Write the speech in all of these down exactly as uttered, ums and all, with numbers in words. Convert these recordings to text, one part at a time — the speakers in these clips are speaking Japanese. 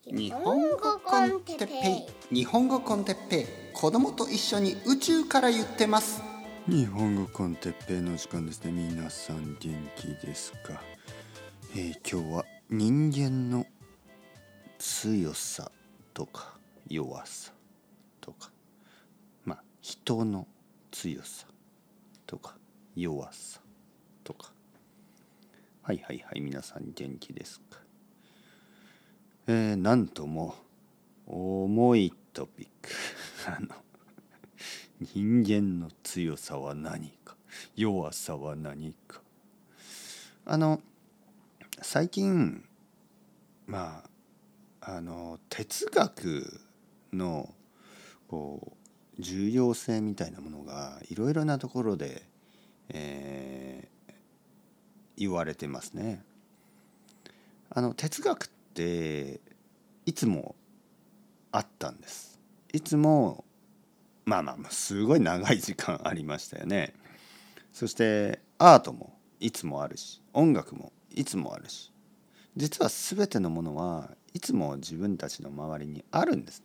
日本語コンテッペイ日本語コンテッペイ子供と一緒に宇宙から言ってます。 日本語コンテッペイの時間ですね。皆さん元気ですか？えー、今日は人間の強さとか弱さとか、まあ人の強さとか弱さとか、はいはいはい、皆さん元気ですか？えー、なんとも重いトピックあの人間の強さは何か、弱さは何か。あの最近まああの哲学のこう重要性みたいなものがいろいろなところで、えー、言われてますね。あの哲学っていつもあったんです。いつもまあまあすごい長い時間ありましたよね。そしてアートもいつもあるし、音楽もいつもあるし、実は全てのものはいつも自分たちの周りにあるんですね。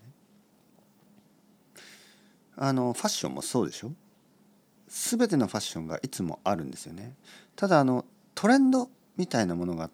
あのファッションもそうでしょ。全てのファッションがいつもあるんですよね。ただあのトレンドみたいなものがあって、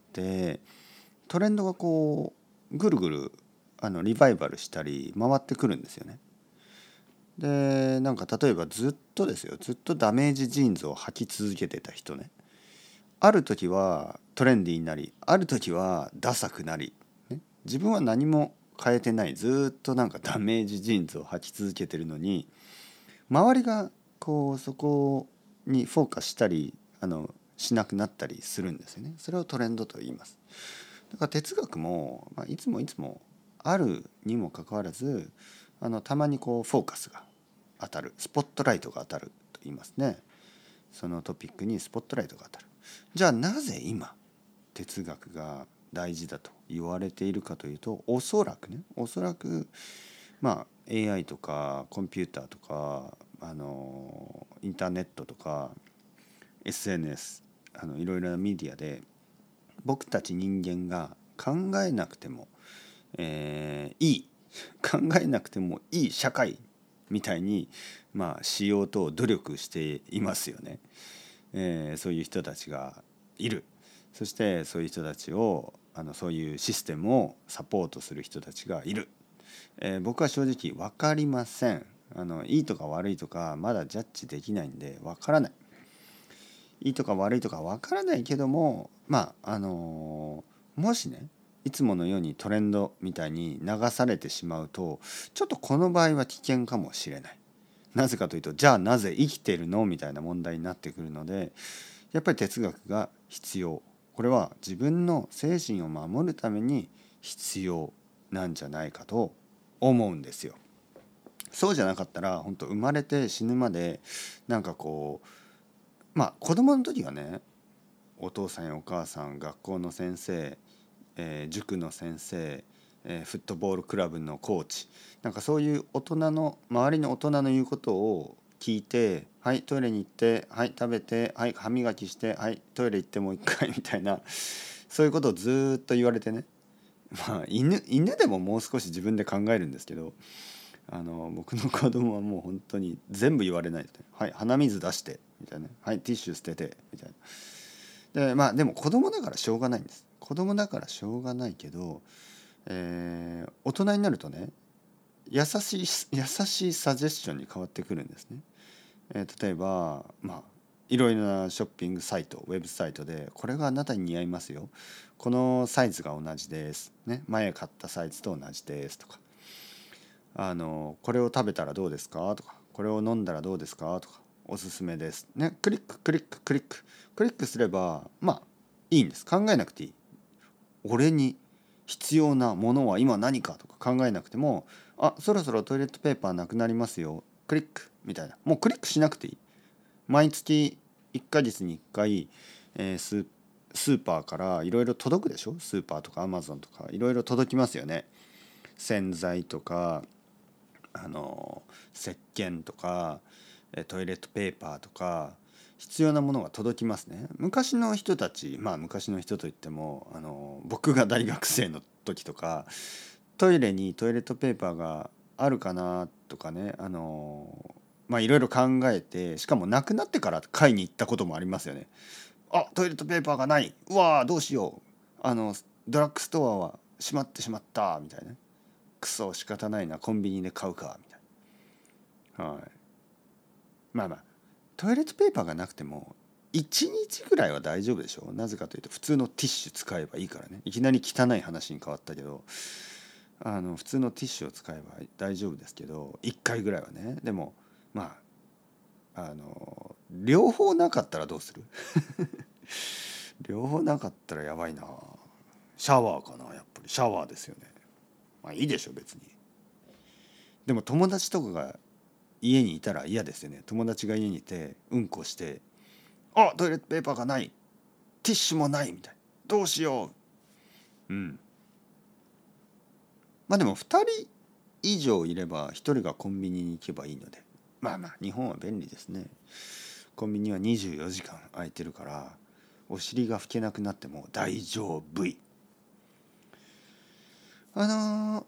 トレンドがこうぐるぐるあのリバイバルしたり回ってくるんですよね。でなんか例えばずっとですよずっとダメージジーンズを履き続けてた人ね、ある時はトレンディーになり、ある時はダサくなり、ね、自分は何も変えてない、ずっとなんかダメージジーンズを履き続けてるのに、周りがこうそこにフォーカスしたりあのしなくなったりするんですよね。それをトレンドと言います。だから哲学も、まあ、いつもいつもあるにもかかわらず、あのたまにこうフォーカスが当たる、スポットライトが当たると言いますね。そのトピックにスポットライトが当たる。じゃあなぜ今哲学が大事だと言われているかというと、おそらくねおそらくまあ エーアイ とかコンピューターとかあのインターネットとか エスエヌエス、 あのいろいろなメディアで僕たち人間が考えなくても、えー、いい考えなくてもいい社会みたいに、まあ、しようと努力していますよね。えー、そういう人たちがいる。そしてそういう人たちをあのそういうシステムをサポートする人たちがいる。えー、僕は正直分かりません。あのいいとか悪いとかまだジャッジできないんで分からない。いいとか悪いとか分からないけども、まああのー、もしねいつものようにトレンドみたいに流されてしまうと、ちょっとこの場合は危険かもしれない。なぜかというと、じゃあなぜ生きているのみたいな問題になってくるので、やっぱり哲学が必要。これは自分の精神を守るために必要なんじゃないかと思うんですよ。そうじゃなかったら本当生まれて死ぬまでなんかこう、まあ子供の時はね、お父さんやお母さん、学校の先生、えー、塾の先生、えー、フットボールクラブのコーチ、なんかそういう大人の周りの大人の言うことを聞いて、はいトイレに行って、はい食べて、はい歯磨きして、はいトイレ行ってもう一回みたいな、そういうことをずっと言われてね。まあ犬犬でももう少し自分で考えるんですけど、あの僕の子供はもう本当に全部言われないで、はい鼻水出してみたいな、はいティッシュ捨ててみたいな。でまあでも子供だからしょうがないんです。子供だからしょうがないけど、えー、大人になるとね、優しい優しいサジェスションに変わってくるんですね。えー、例えばまあいろいろなショッピングサイト、ウェブサイトでこれがあなたに似合いますよ、このサイズが同じです、ね、前買ったサイズと同じですとか、あのこれを食べたらどうですかとか、これを飲んだらどうですかとか、おすすめですね、クリッククリッククリッククリックすればまあいいんです。考えなくていい。俺に必要なものは今何かとか考えなくても、あそろそろトイレットペーパーなくなりますよ、クリックみたいな、もうクリックしなくていい。毎月いっかげつにいっかい、えー、ススーパーからいろいろ届くでしょ。スーパーとかアマゾンとかいろいろ届きますよね。洗剤とかあの石鹸とかトイレットペーパーとか必要なものが届きますね。昔の人たち、まあ昔の人といってもあの僕が大学生の時とかトイレにトイレットペーパーがあるかなとかね、あのまあいろいろ考えて、しかもなくなってから買いに行ったこともありますよね。あ、トイレットペーパーがない、うわーどうしよう、あのドラッグストアは閉まってしまったみたいな、クソ仕方ないな、コンビニで買うかみたいな。はい。まあまあトイレットペーパーがなくてもいちにちぐらいは大丈夫でしょう。なぜかというと普通のティッシュ使えばいいからね。いきなり汚い話に変わったけど、あの普通のティッシュを使えば大丈夫ですけど、いっかいぐらいはね。でもまああの両方なかったらどうする両方なかったらやばいな。シャワーかな、やっぱりシャワーですよね。まあいいでしょ別に。でも友達とかが家にいたら嫌ですよね。友達が家にいてうんこして、あ、トイレットペーパーがない、ティッシュもないみたい、どうしよう。うん。まあでもふたり以上いればひとりがコンビニに行けばいいので、まあまあ日本は便利ですね。コンビニはにじゅうよじかん空いてるから、お尻が拭けなくなっても大丈夫。あのー、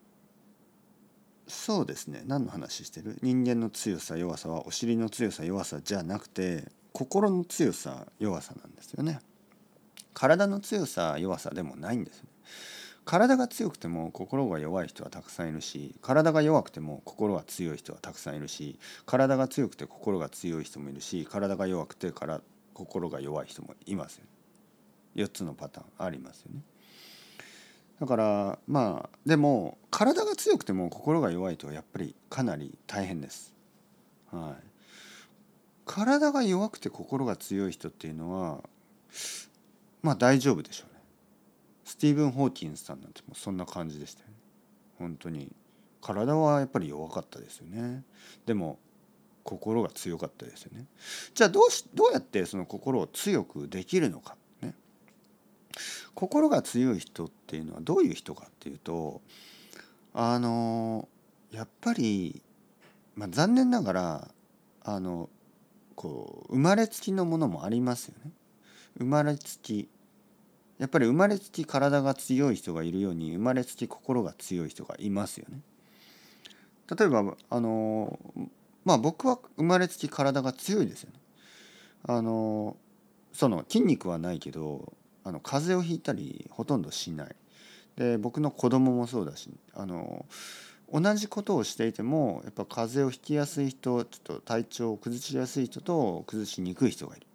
そうですね、何の話してる？人間の強さ弱さはお尻の強さ弱さじゃなくて、心の強さ弱さなんですよね。体の強さ弱さでもないんですね。体が強くても心が弱い人はたくさんいるし、体が弱くても心が強い人はたくさんいるし、体が強くて心が強い人もいるし、体が弱くてから心が弱い人もいますよね。よっつのパターンありますよね。だからまあでも体が強くても心が弱いとやっぱりかなり大変です。はい。体が弱くて心が強い人っていうのはまあ大丈夫でしょうね。スティーブン・ホーキンスさんなんてもうそんな感じでしたよね。本当に体はやっぱり弱かったですよね。でも心が強かったですよね。じゃあどうしどうやってその心を強くできるのかね。心が強い人っていうのはどういう人かっていうと、あのやっぱり、まあ、残念ながらあのこう生まれつきのものもありますよね。生まれつきやっぱり生まれつき体が強い人がいるように、生まれつき心が強い人がいますよね。例えばあのまあ僕は生まれつき体が強いですよね。あのその筋肉はないけど、あの風邪をひいたりほとんどしない。で僕の子供もそうだし、あの同じことをしていてもやっぱ風邪をひきやすい人、ちょっと体調を崩しやすい人と崩しにくい人がいる。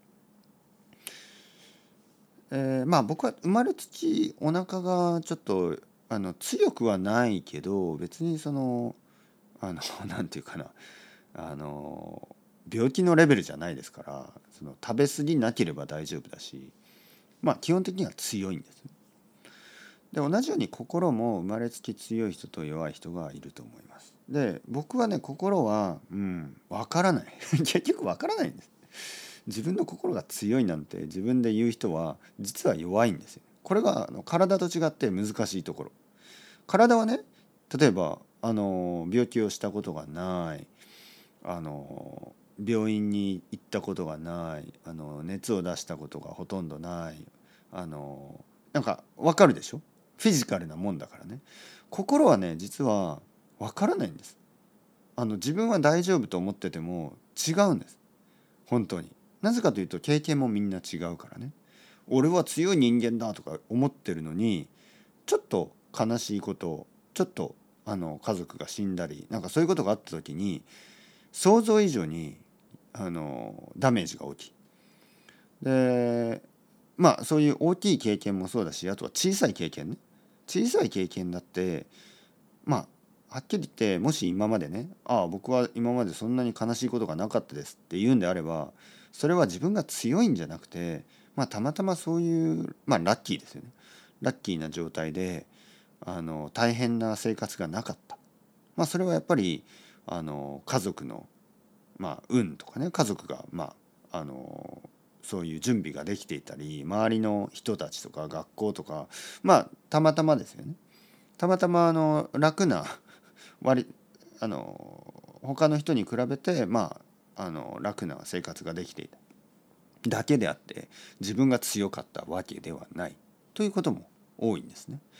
えー、まあ僕は生まれつきお腹がちょっとあの強くはないけど、別にそのあのなんていうかな、あの病気のレベルじゃないですから、その食べ過ぎなければ大丈夫だし、まあ基本的には強いんです。で同じように心も生まれつき強い人と弱い人がいると思います。で僕はね、心はうんわからない結局わからないんです。自分の心が強いなんて自分で言う人は実は弱いんですよ。これがあの体と違って難しいところ。体はね、例えばあの病気をしたことがない、あの病院に行ったことがない、あの熱を出したことがほとんどない、あのなんかわかるでしょ。フィジカルなもんだからね。心はね実はわからないんです。あの自分は大丈夫と思ってても違うんです。本当に。なぜかというと経験もみんな違うからね。俺は強い人間だとか思ってるのに、ちょっと悲しいこと、ちょっとあの家族が死んだりなんかそういうことがあった時に想像以上にあのダメージが大きい。でまあそういう大きい経験もそうだし、あとは小さい経験ね。小さい経験だってまあはっきり言って、もし今までね、ああ僕は今までそんなに悲しいことがなかったですって言うんであれば、それは自分が強いんじゃなくて、まあたまたまそういうまあラッキーですよね。ラッキーな状態であの大変な生活がなかった。まあそれはやっぱりあの家族のまあ運とかね、家族がまああのそういう準備ができていたり、周りの人たちとか学校とか、まあたまたまですよね。たまたまあの楽な割あの他の人に比べてまああの楽な生活ができていただけであって、自分が強かったわけではないということも多いんですね。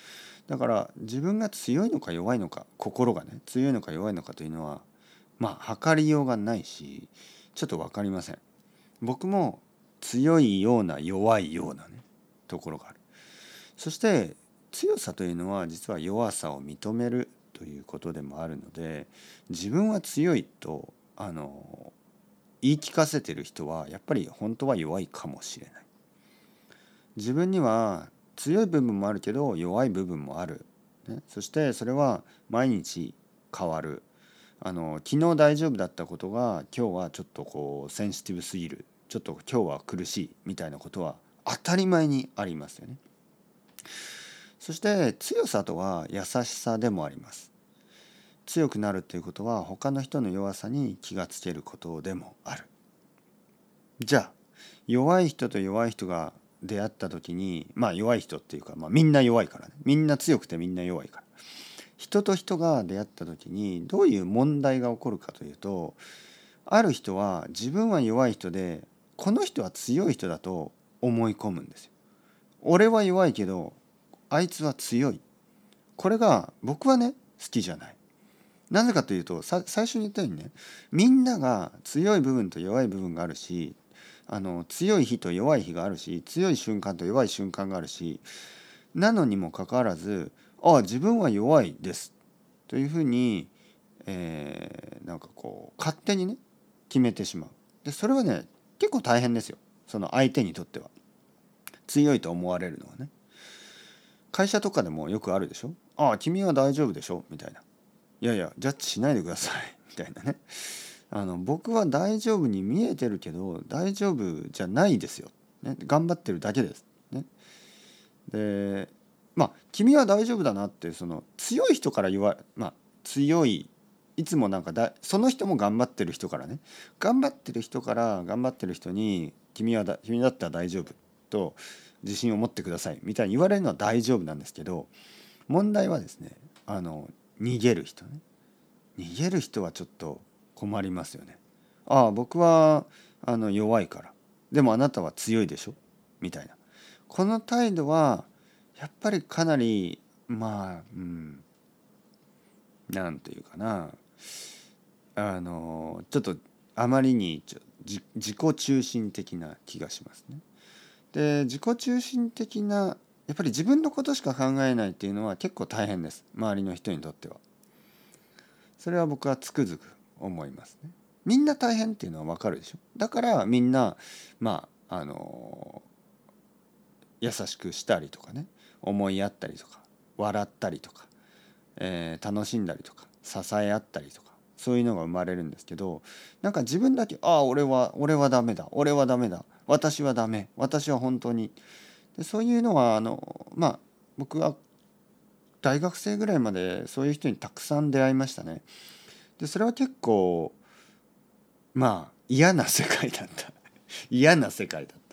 だから自分が強いのか弱いのか、心がね強いのか弱いのかというのはまあ測りようがないし、ちょっと分かりません。僕も強いような弱いようなねところがある。そして強さというのは実は弱さを認めるということでもあるので、自分は強いとあの言い聞かせてる人はやっぱり本当は弱いかもしれない。自分には強い部分もあるけど弱い部分もある、ね、そしてそれは毎日変わる。あの昨日大丈夫だったことが今日はちょっとこうセンシティブすぎる、ちょっと今日は苦しいみたいなことは当たり前にありますよね。そして強さとは優しさでもあります。強くなるということは他の人の弱さに気がつけることでもある。じゃあ弱い人と弱い人が出会った時に、まあ弱い人っていうか、まあ、みんな弱いからね、みんな強くてみんな弱いから、人と人が出会った時にどういう問題が起こるかというと、ある人は自分は弱い人でこの人は強い人だと思い込むんですよ。俺は弱いけどあいつは強い。これが僕はね好きじゃない。なぜかというと、さ最初に言ったようにね、みんなが強い部分と弱い部分があるし、あの強い日と弱い日があるし、強い瞬間と弱い瞬間があるし、なのにもかかわらず、ああ自分は弱いですというふうに、えー、なんかこう勝手にね決めてしまう。でそれはね結構大変ですよ、その相手にとっては。強いと思われるのはね。会社とかでもよくあるでしょ。ああ君は大丈夫でしょみたいな。いやいやジャッジしないでくださいみたいなね。あの僕は大丈夫に見えてるけど大丈夫じゃないですよ、ね、頑張ってるだけです、ね、でまあ君は大丈夫だなって、その強い人から言わまあ強いいつもなんかだその人も頑張ってる人からね、頑張ってる人から頑張ってる人に君はだ君だったら大丈夫と自信を持ってくださいみたいに言われるのは大丈夫なんですけど、問題はですね、あの逃げる人ね。逃げる人はちょっと困りますよね。ああ僕はあの弱いからでもあなたは強いでしょみたいな、この態度はやっぱりかなりまあうんなんていうかな、あのちょっとあまりにちょ自自己中心的な気がしますね。で自己中心的なやっぱり自分のことしか考えないっていうのは結構大変です、周りの人にとっては。それは僕はつくづく思いますね。みんな大変っていうのはわかるでしょ。だからみんなまああの優しくしたりとかね、思いやったりとか笑ったりとか、えー楽しんだりとか支え合ったりとか、そういうのが生まれるんですけど、なんか自分だけああ俺は俺はダメだ俺はダメだ私はダメ私は本当にで、そういうのはあのまあ僕は大学生ぐらいまでそういう人にたくさん出会いましたね。でそれは結構まあ嫌な世界だった嫌な世界だった。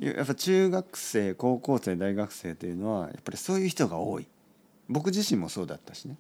やっぱ中学生高校生大学生というのはやっぱりそういう人が多い。僕自身もそうだったしね。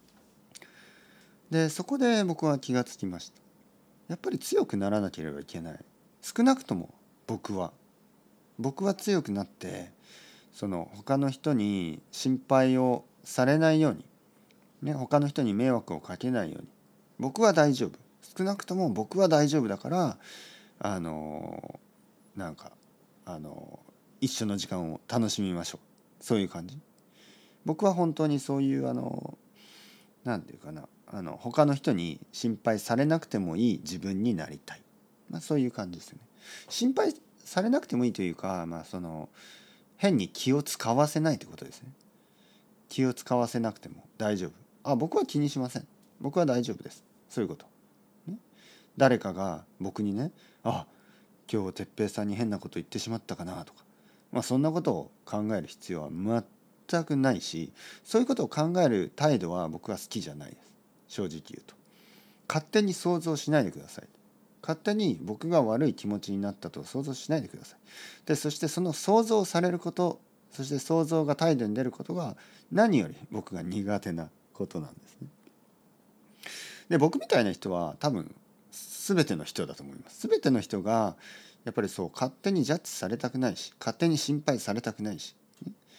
でそこで僕は気がつきました。やっぱり強くならなければいけない。少なくとも僕は僕は強くなってその他の人に心配をされないように、ね、他の人に迷惑をかけないように僕は大丈夫、少なくとも僕は大丈夫だからあのなんかあの一緒の時間を楽しみましょう、そういう感じ。僕は本当にそういうあのなんていうかな、あの他の人に心配されなくてもいい自分になりたい、まあ、そういう感じですよね。心配されなくてもいいというか、まあ、その変に気を使わせないということですね。気を使わせなくても大丈夫、あ僕は気にしません、僕は大丈夫です、そういうこと、ね、誰かが僕にね、あ今日哲平さんに変なこと言ってしまったかなとか、まあ、そんなことを考える必要は全くないし、そういうことを考える態度は僕は好きじゃないです。正直言うと勝手に想像しないでください。勝手に僕が悪い気持ちになったと想像しないでください。でそしてその想像されること、そして想像が態度に出ることが何より僕が苦手なことなんですね。で僕みたいな人は多分全ての人だと思います。全ての人がやっぱりそう勝手にジャッジされたくないし、勝手に心配されたくないし、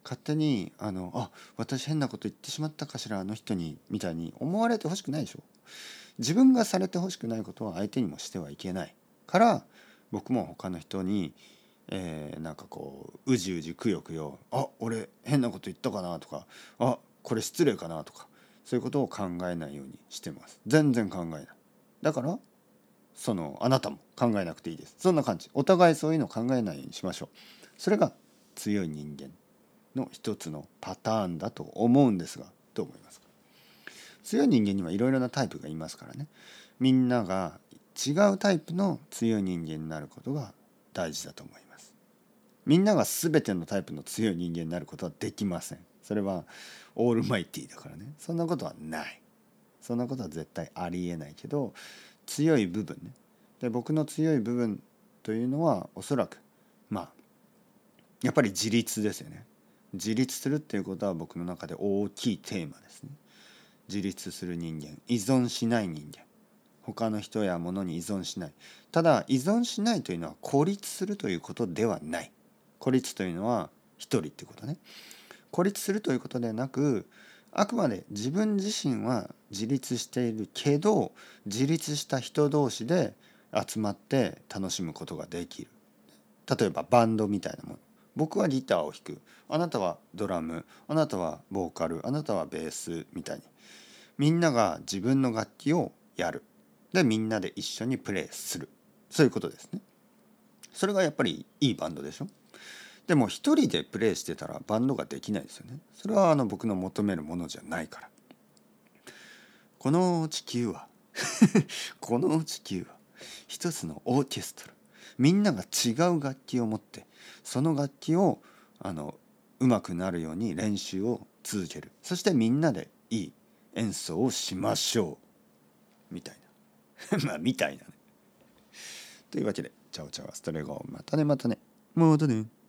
勝手にあのあ私変なこと言ってしまったかしらあの人にみたいに思われてほしくないでしょ。自分がされてほしくないことは相手にもしてはいけないから僕も他の人に、えー、なんかこううじうじくよくよあ俺変なこと言ったかなとかあこれ失礼かなとかそういうことを考えないようにしてます。全然考えない。だからそのあなたも考えなくていいです。そんな感じ。お互いそういうの考えないようにしましょう。それが強い人間の一つのパターンだと思うんですがどう思いますか。強い人間にはいろいろなタイプがいますからね。みんなが違うタイプの強い人間になることが大事だと思います。みんなが全てのタイプの強い人間になることはできません。それはオールマイティーだからね。そんなことはない。そんなことは絶対ありえないけど強い部分ね。で僕の強い部分というのはおそらくまあやっぱり自立ですよね。自立するっていうことは僕の中で大きいテーマですね。自立する人間、依存しない人間、他の人や物に依存しない。ただ依存しないというのは孤立するということではない。孤立というのは一人っていうことね。孤立するということではなくあくまで自分自身は自立しているけど自立した人同士で集まって楽しむことができる。例えばバンドみたいなもの。僕はギターを弾く、あなたはドラム、あなたはボーカル、あなたはベースみたいにみんなが自分の楽器をやる。でみんなで一緒にプレイする。そういうことですね。それがやっぱりいいバンドでしょ。でも一人でプレイしてたらバンドができないですよね。それはあの僕の求めるものじゃないから。この地球はこの地球は一つのオーケストラ。みんなが違う楽器を持ってその楽器をあの上手くなるように練習を続ける。そしてみんなでいい演奏をしましょうみたいなまあみたいなね。というわけでチャオチャオアストレゴまたねまたねまたね。